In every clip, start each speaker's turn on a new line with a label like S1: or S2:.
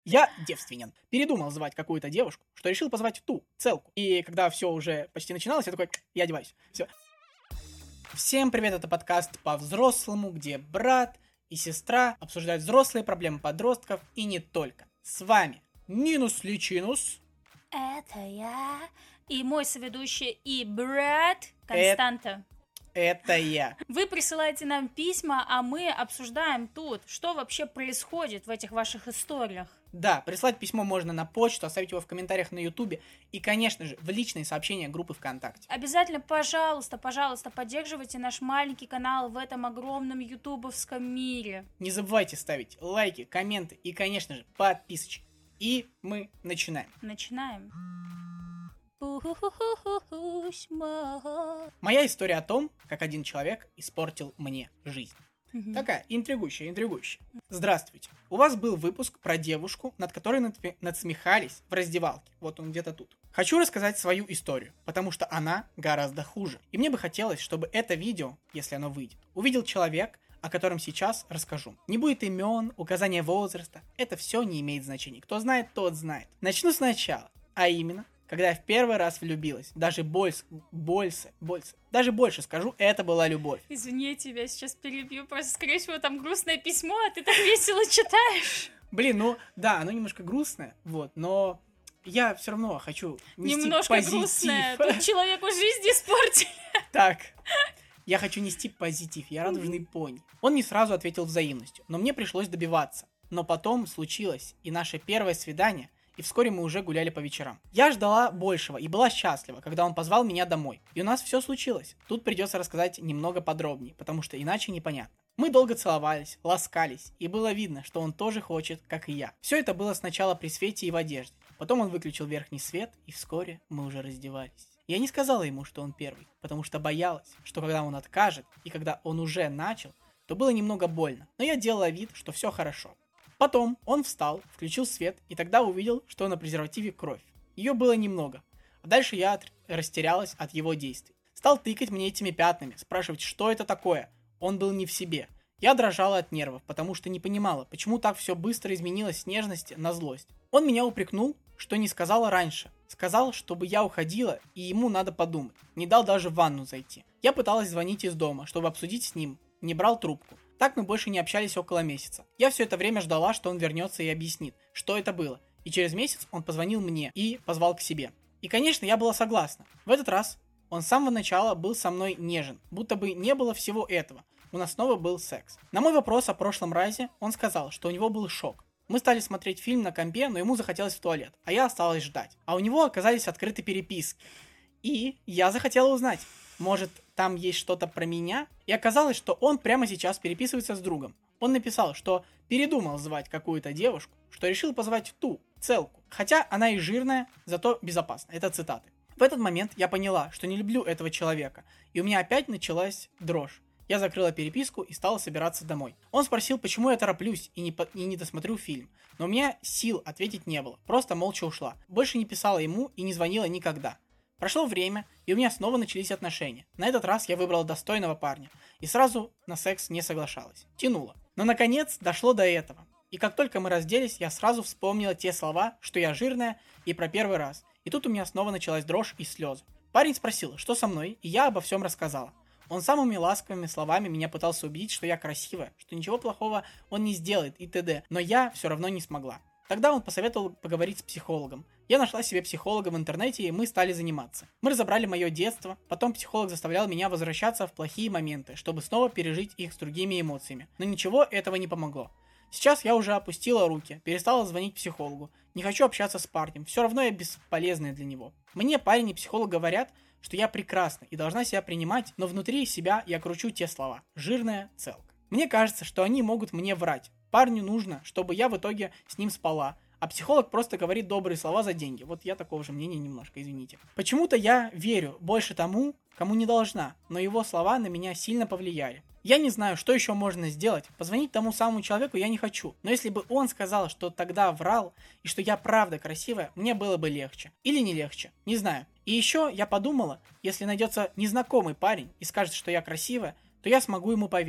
S1: Я девственен. Передумал звать какую-то девушку, что решил позвать ту, целку. И когда все уже почти начиналось, я такой, я одеваюсь. Все. Всем привет, это подкаст по-взрослому, где брат и сестра обсуждают взрослые проблемы подростков и не только. С вами Нинус Личинус.
S2: Это я. И мой соведущий и брат Константа.
S1: Это я.
S2: Вы присылаете нам письма, а мы обсуждаем тут, что вообще происходит в этих ваших историях.
S1: Да, прислать письмо можно на почту, оставить его в комментариях на Ютубе и, конечно же, в личные сообщения группы ВКонтакте.
S2: Обязательно, пожалуйста, поддерживайте наш маленький канал в этом огромном ютубовском мире.
S1: Не забывайте ставить лайки, комменты и, конечно же, подписочки. И мы начинаем. Моя история о том, как один человек испортил мне жизнь. Такая, интригующая. Здравствуйте. У вас был выпуск про девушку, над которой надсмехались в раздевалке. Вот он где-то тут. Хочу рассказать свою историю, потому что она гораздо хуже. И мне бы хотелось, чтобы это видео, если оно выйдет, увидел человек, о котором сейчас расскажу. Не будет имен, указания возраста. Это все не имеет значения. Кто знает, тот знает. Начну сначала. А именно, когда я в первый раз влюбилась, даже больше скажу, это была любовь.
S2: Извини, я тебя сейчас перебью, просто, скорее всего, там грустное письмо, а ты так весело читаешь.
S1: Блин, ну, да, оно немножко грустное, вот, но я все равно хочу нести
S2: немножко
S1: позитив.
S2: Грустное, тут человеку жизнь испортили.
S1: Так, я хочу нести позитив, я радужный пони. Он не сразу ответил взаимностью, но мне пришлось добиваться. Но потом случилось и наше первое свидание, и вскоре мы уже гуляли по вечерам. Я ждала большего и была счастлива, когда он позвал меня домой. И у нас все случилось. Тут придется рассказать немного подробнее, потому что иначе непонятно. Мы долго целовались, ласкались, и было видно, что он тоже хочет, как и я. Все это было сначала при свете и в одежде. Потом он выключил верхний свет, и вскоре мы уже раздевались. Я не сказала ему, что он первый, потому что боялась, что когда он откажет, и когда он уже начал, то было немного больно. Но я делала вид, что все хорошо. Потом он встал, включил свет, и тогда увидел, что на презервативе кровь. Ее было немного. А дальше я растерялась от его действий. Стал тыкать мне этими пятнами, спрашивать, что это такое. Он был не в себе. Я дрожала от нервов, потому что не понимала, почему так все быстро изменилось с нежности на злость. Он меня упрекнул, что не сказала раньше. Сказал, чтобы я уходила, и ему надо подумать. Не дал даже в ванну зайти. Я пыталась звонить из дома, чтобы обсудить с ним. Не брал трубку. Так мы больше не общались около месяца. Я все это время ждала, что он вернется и объяснит, что это было. И через месяц он позвонил мне и позвал к себе. И, конечно, я была согласна. В этот раз он с самого начала был со мной нежен, будто бы не было всего этого. У нас снова был секс. На мой вопрос о прошлом разе он сказал, что у него был шок. Мы стали смотреть фильм на компе, но ему захотелось в туалет, а я осталась ждать. А у него оказались открыты переписки. И я захотела узнать, может, там есть что-то про меня? И оказалось, что он прямо сейчас переписывается с другом. Он написал, что передумал звать какую-то девушку, что решил позвать ту, целку. Хотя она и жирная, зато безопасна. Это цитаты. В этот момент я поняла, что не люблю этого человека, и у меня опять началась дрожь. Я закрыла переписку и стала собираться домой. Он спросил, почему я тороплюсь и не досмотрю фильм. Но у меня сил ответить не было. Просто молча ушла. Больше не писала ему и не звонила никогда. Прошло время, и у меня снова начались отношения. На этот раз я выбрала достойного парня. И сразу на секс не соглашалась. Тянула. Но наконец дошло до этого. И как только мы разделись, я сразу вспомнила те слова, что я жирная, и про первый раз. И тут у меня снова началась дрожь и слезы. Парень спросил, что со мной, и я обо всем рассказала. Он самыми ласковыми словами меня пытался убедить, что я красивая, что ничего плохого он не сделает и т.д. Но я все равно не смогла. Тогда он посоветовал поговорить с психологом. Я нашла себе психолога в интернете, и мы стали заниматься. Мы разобрали мое детство, потом психолог заставлял меня возвращаться в плохие моменты, чтобы снова пережить их с другими эмоциями. Но ничего этого не помогло. Сейчас я уже опустила руки, перестала звонить психологу, не хочу общаться с парнем, все равно я бесполезная для него. Мне парень и психолог говорят, что я прекрасна и должна себя принимать, но внутри себя я кручу те слова «жирная целка». Мне кажется, что они могут мне врать. Парню нужно, чтобы я в итоге с ним спала, а психолог просто говорит добрые слова за деньги. Вот я такого же мнения немножко, извините. Почему-то я верю больше тому, кому не должна, но его слова на меня сильно повлияли. Я не знаю, что еще можно сделать. Позвонить тому самому человеку я не хочу. Но если бы он сказал, что тогда врал, и что я правда красивая, мне было бы легче. Или не легче, не знаю. И еще я подумала, если найдется незнакомый парень и скажет, что я красивая, то я смогу ему поверить.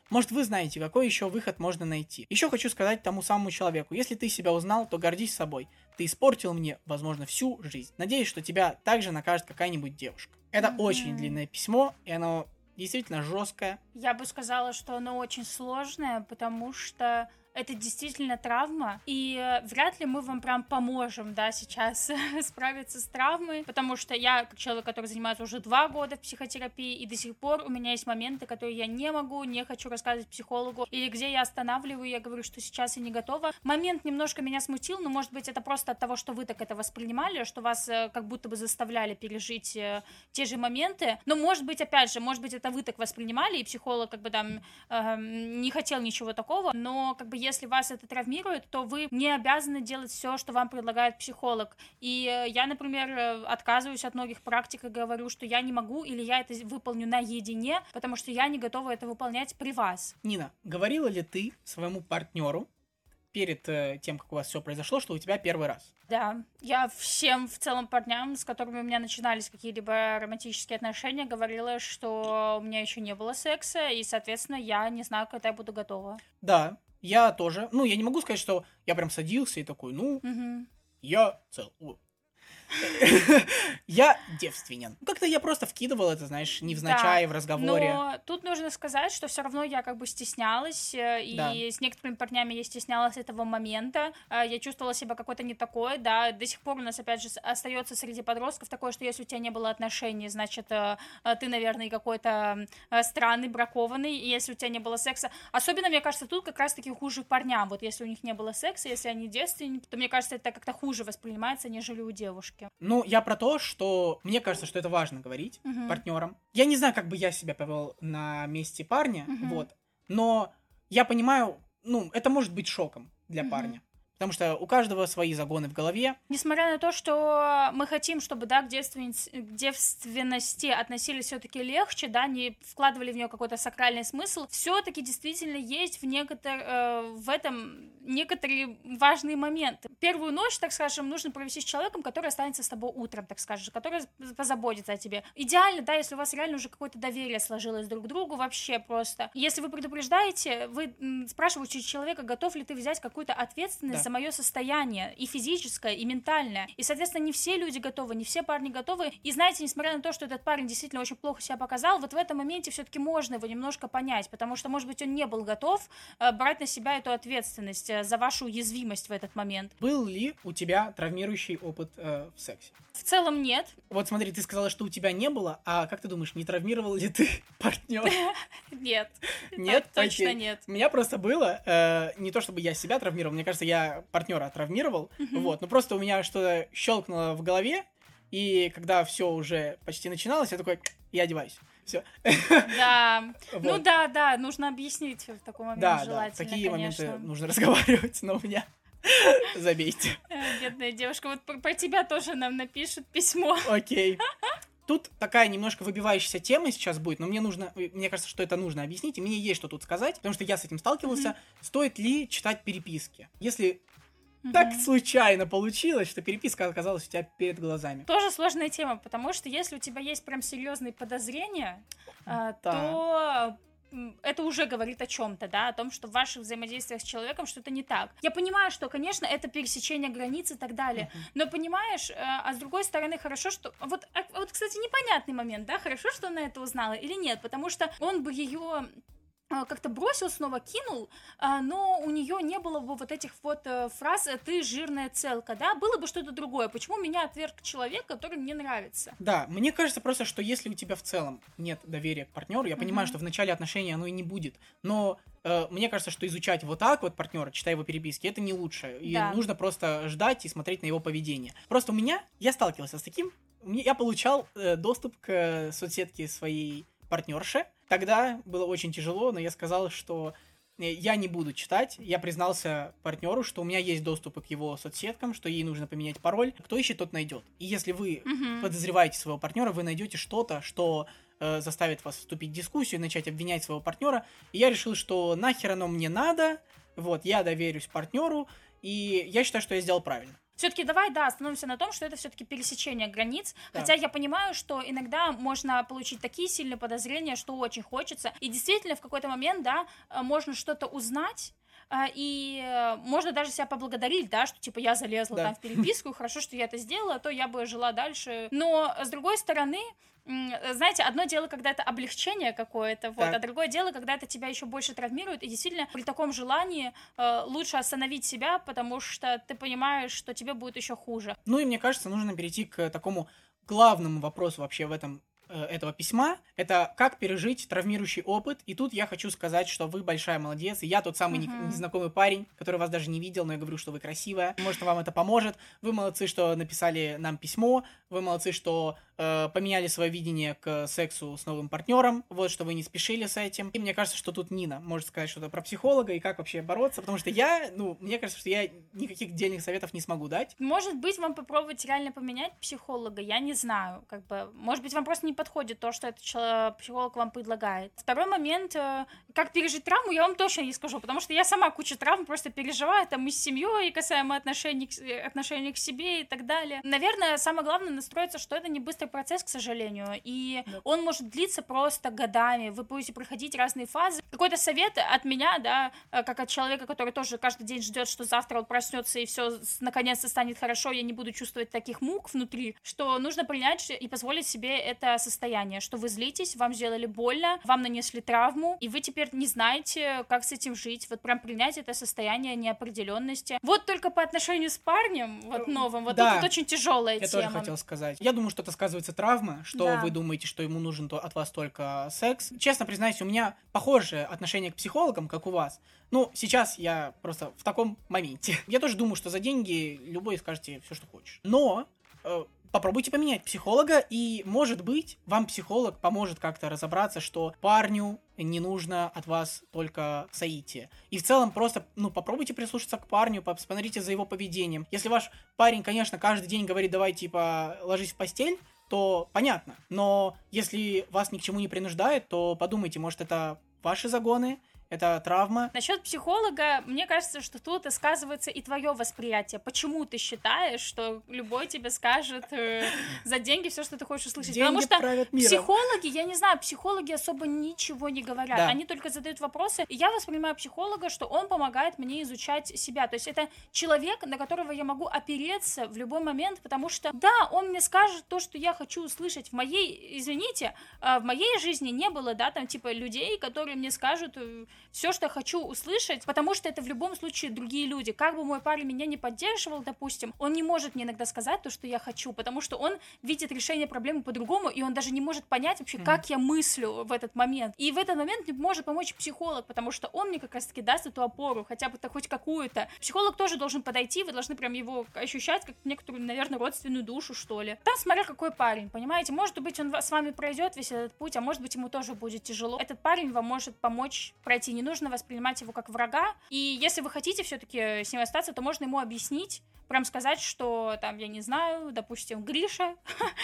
S1: Может, вы знаете, какой еще выход можно найти. Еще хочу сказать тому самому человеку, если ты себя узнал, то гордись собой. Ты испортил мне, возможно, всю жизнь. Надеюсь, что тебя также накажет какая-нибудь девушка. Это очень длинное письмо, и оно действительно жесткое.
S2: Я бы сказала, что оно очень сложное, потому что это действительно травма, и вряд ли мы вам прям поможем, да, сейчас справиться с травмой, потому что я, как человек, который занимается уже 2 года в психотерапии, и до сих пор у меня есть моменты, которые я не хочу рассказывать психологу, или где я останавливаю, я говорю, что сейчас я не готова. Момент немножко меня смутил, но, может быть, это просто от того, что вы так это воспринимали, что вас как будто бы заставляли пережить те же моменты, но, может быть, опять же, может быть, это вы так воспринимали, и психолог как бы там не хотел ничего такого, но как бы если вас это травмирует, то вы не обязаны делать все, что вам предлагает психолог. И я, например, отказываюсь от многих практик и говорю, что я не могу или я это выполню наедине, потому что я не готова это выполнять при вас.
S1: Нина, говорила ли ты своему партнеру перед тем, как у вас все произошло, что у тебя первый раз?
S2: Да, я всем в целом парням, с которыми у меня начинались какие-либо романтические отношения, говорила, что у меня еще не было секса, и, соответственно, я не знаю, когда я буду готова.
S1: Да, я тоже. Ну, я не могу сказать, что я прям садился и такой, я цел. Я девственен. Как-то я просто вкидывал это, знаешь, невзначай в разговоре.
S2: Но тут нужно сказать, что все равно я как бы стеснялась, и с некоторыми парнями я стеснялась этого момента. Я чувствовала себя какой-то не такой, да. До сих пор у нас, опять же, остается среди подростков такое, что если у тебя не было отношений, значит, ты, наверное, какой-то странный, бракованный, и если у тебя не было секса. Особенно, мне кажется, тут как раз-таки хуже парням. Вот если у них не было секса, если они девственники, то, мне кажется, это как-то хуже воспринимается, нежели у девушки.
S1: Ну, я про то, что мне кажется, что это важно говорить партнерам. Я не знаю, как бы я себя повел на месте парня, вот, но я понимаю, ну, это может быть шоком для парня. Потому что у каждого свои загоны в голове.
S2: Несмотря на то, что мы хотим, чтобы, да, к девственности относились все-таки легче, да, не вкладывали в нее какой-то сакральный смысл, все-таки действительно есть в этом некоторые важные моменты. Первую ночь, так скажем, нужно провести с человеком, который останется с тобой утром, так скажем, который позаботится о тебе. Идеально, да, если у вас реально уже какое-то доверие сложилось друг к другу, вообще просто. Если вы предупреждаете, вы спрашиваете у человека, готов ли ты взять какую-то ответственность за мое состояние, и физическое, и ментальное. И, соответственно, не все люди готовы, не все парни готовы. И знаете, несмотря на то, что этот парень действительно очень плохо себя показал, вот в этом моменте все-таки можно его немножко понять, потому что, может быть, он не был готов брать на себя эту ответственность за вашу уязвимость в этот момент.
S1: Был ли у тебя травмирующий опыт в сексе?
S2: В целом нет.
S1: Вот смотри, ты сказала, что у тебя не было, а как ты думаешь, не травмировал ли ты партнера?
S2: Нет.
S1: Нет?
S2: Точно нет.
S1: У меня просто было, не то чтобы я себя травмировал, мне кажется, я партнера травмировал, вот, но просто у меня что-то щелкнуло в голове, и когда все уже почти начиналось, я такой, я одеваюсь. Все.
S2: Да. Вот. Ну да, нужно объяснить в такой момент желательно,
S1: да, в такие
S2: конечно.
S1: моменты нужно разговаривать, но у меня... Забейте.
S2: Бедная девушка, вот про тебя тоже нам напишут письмо.
S1: Окей. Тут такая немножко выбивающаяся тема сейчас будет, но мне кажется, что это нужно объяснить, и мне есть что тут сказать, потому что я с этим сталкивался. Стоит ли читать переписки? Если так случайно получилось, что переписка оказалась у тебя перед глазами.
S2: Тоже сложная тема, потому что если у тебя есть прям серьезные подозрения, то... это уже говорит о чем-то, да, о том, что в ваших взаимодействиях с человеком что-то не так. Я понимаю, что, конечно, это пересечение границ и так далее, но понимаешь, а с другой стороны, хорошо, что... Вот, кстати, непонятный момент, да, хорошо, что она это узнала или нет, потому что он бы ее... как-то бросил, снова кинул, но у нее не было бы вот этих вот фраз «ты жирная целка», да, было бы что-то другое. Почему меня отверг человек, который мне нравится?
S1: Да, мне кажется просто, что если у тебя в целом нет доверия к партнеру, я понимаю, что в начале отношений оно и не будет, но мне кажется, что изучать вот так вот партнера, читая его переписки, это не лучше. И нужно просто ждать и смотреть на его поведение. Просто я сталкивался с таким, я получал доступ к соцсетке своей партнерши. Тогда было очень тяжело, но я сказал, что я не буду читать. Я признался партнеру, что у меня есть доступ к его соцсеткам, что ей нужно поменять пароль. Кто ищет, тот найдет. И если вы подозреваете своего партнера, вы найдете что-то, что заставит вас вступить в дискуссию и начать обвинять своего партнера. И я решил, что нахер оно мне надо. Вот, я доверюсь партнеру. И я считаю, что я сделал правильно.
S2: Все-таки давай, да, остановимся на том, что это все-таки пересечение границ.
S1: Да.
S2: Хотя я понимаю, что иногда можно получить такие сильные подозрения, что очень хочется. И действительно, в какой-то момент, да, можно что-то узнать, и можно даже себя поблагодарить, да, что, типа, я залезла там в переписку, и хорошо, что я это сделала, а то я бы жила дальше. Но, с другой стороны, знаете, одно дело, когда это облегчение какое-то, вот, а другое дело, когда это тебя еще больше травмирует, и действительно при таком желании лучше остановить себя, потому что ты понимаешь, что тебе будет еще хуже.
S1: Ну и мне кажется, нужно перейти к такому главному вопросу вообще в этого письма, это как пережить травмирующий опыт. И тут я хочу сказать, что вы большая молодец, и я тот самый незнакомый парень, который вас даже не видел, но я говорю, что вы красивая. Может, вам это поможет. Вы молодцы, что написали нам письмо, вы молодцы, что поменяли свое видение к сексу с новым партнером, вот, что вы не спешили с этим. И мне кажется, что тут Нина может сказать что-то про психолога и как вообще бороться, потому что мне кажется, что я никаких дельных советов не смогу дать.
S2: Может быть, вам попробовать реально поменять психолога, я не знаю, может быть, вам просто не подходит то, что этот психолог вам предлагает. Второй момент, как пережить травму, я вам точно не скажу, потому что я сама кучу травм просто переживаю, там, и с семьей, и касаемо отношений к себе и так далее. Наверное, самое главное настроиться, что это не быстрый процесс, к сожалению, и он может длиться просто годами, вы будете проходить разные фазы. Какой-то совет от меня, да, как от человека, который тоже каждый день ждет, что завтра он проснется и все наконец-то станет хорошо, я не буду чувствовать таких мук внутри, что нужно принять и позволить себе это состояние, что вы злитесь, вам сделали больно, вам нанесли травму, и вы теперь не знаете, как с этим жить. Вот прям принять это состояние неопределенности. Вот только по отношению с парнем, вот новым, вот тут очень тяжелая тема.
S1: Я тоже хотел сказать. Я думаю, что это сказывается травма, что вы думаете, что ему нужен от вас только секс. Честно признаюсь, у меня похожее отношение к психологам, как у вас. Ну, сейчас я просто в таком моменте. Я тоже думаю, что за деньги любой скажете все, что хочешь. Но попробуйте поменять психолога, и, может быть, вам психолог поможет как-то разобраться, что парню не нужно от вас только соитие. И в целом просто, попробуйте прислушаться к парню, посмотрите за его поведением. Если ваш парень, конечно, каждый день говорит, давай, типа, ложись в постель, то понятно. Но если вас ни к чему не принуждает, то подумайте, может, это ваши загоны, это травма.
S2: Насчет психолога, мне кажется, что тут сказывается и твое восприятие. Почему ты считаешь, что любой тебе скажет за деньги все, что ты хочешь услышать?
S1: Деньги
S2: Потому что
S1: правят миром.
S2: психологи, я не знаю, психологи особо ничего не говорят.
S1: Да.
S2: Они только задают вопросы. И я воспринимаю психолога, что он помогает мне изучать себя. То есть это человек, на которого я могу опереться в любой момент, потому что, да, он мне скажет то, что я хочу услышать. В моей жизни не было, да, там, типа, людей, которые мне скажут все, что хочу услышать, потому что это в любом случае другие люди. Как бы мой парень меня не поддерживал, допустим, он не может мне иногда сказать то, что я хочу, потому что он видит решение проблемы по-другому, и он даже не может понять вообще, как я мыслю в этот момент. И в этот момент мне может помочь психолог, потому что он мне как раз-таки даст эту опору, хотя бы хоть какую-то. Психолог тоже должен подойти, вы должны прям его ощущать, как некоторую, наверное, родственную душу, что ли. Там смотря какой парень, понимаете? Может быть, он с вами пройдет весь этот путь, а может быть, ему тоже будет тяжело. Этот парень вам может помочь пройти. Не нужно воспринимать его как врага. И если вы хотите все-таки с ним остаться, то можно ему объяснить, прям сказать, что там, я не знаю, допустим, Гриша,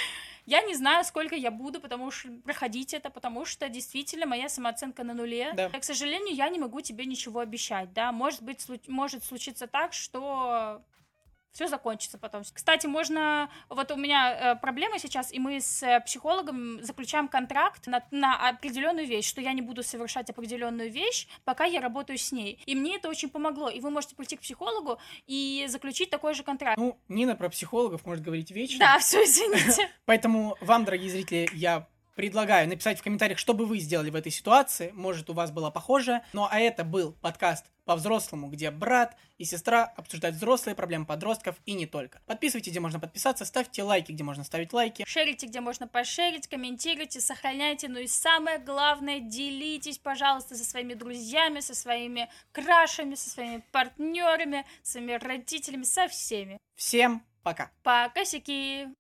S2: я не знаю, сколько я буду проходить это, потому что действительно моя самооценка на нуле.
S1: Да.
S2: К сожалению, я не могу тебе ничего обещать, да. Может случиться так, что все закончится потом. Кстати, вот у меня проблема сейчас, и мы с психологом заключаем контракт на определенную вещь, что я не буду совершать определенную вещь, пока я работаю с ней. И мне это очень помогло. И вы можете прийти к психологу и заключить такой же контракт.
S1: Нина про психологов может говорить вечно.
S2: Да, все, извините.
S1: Поэтому вам, дорогие зрители, я предлагаю написать в комментариях, что бы вы сделали в этой ситуации. Может, у вас было похоже. А это был подкаст по-взрослому, где брат и сестра обсуждают взрослые проблемы подростков и не только. Подписывайтесь, где можно подписаться, ставьте лайки, где можно ставить лайки.
S2: Шерите, где можно пошерить, комментируйте, сохраняйте. И самое главное, делитесь, пожалуйста, со своими друзьями, со своими крашами, со своими партнерами, со своими родителями, со всеми.
S1: Всем пока.
S2: Пока-сики!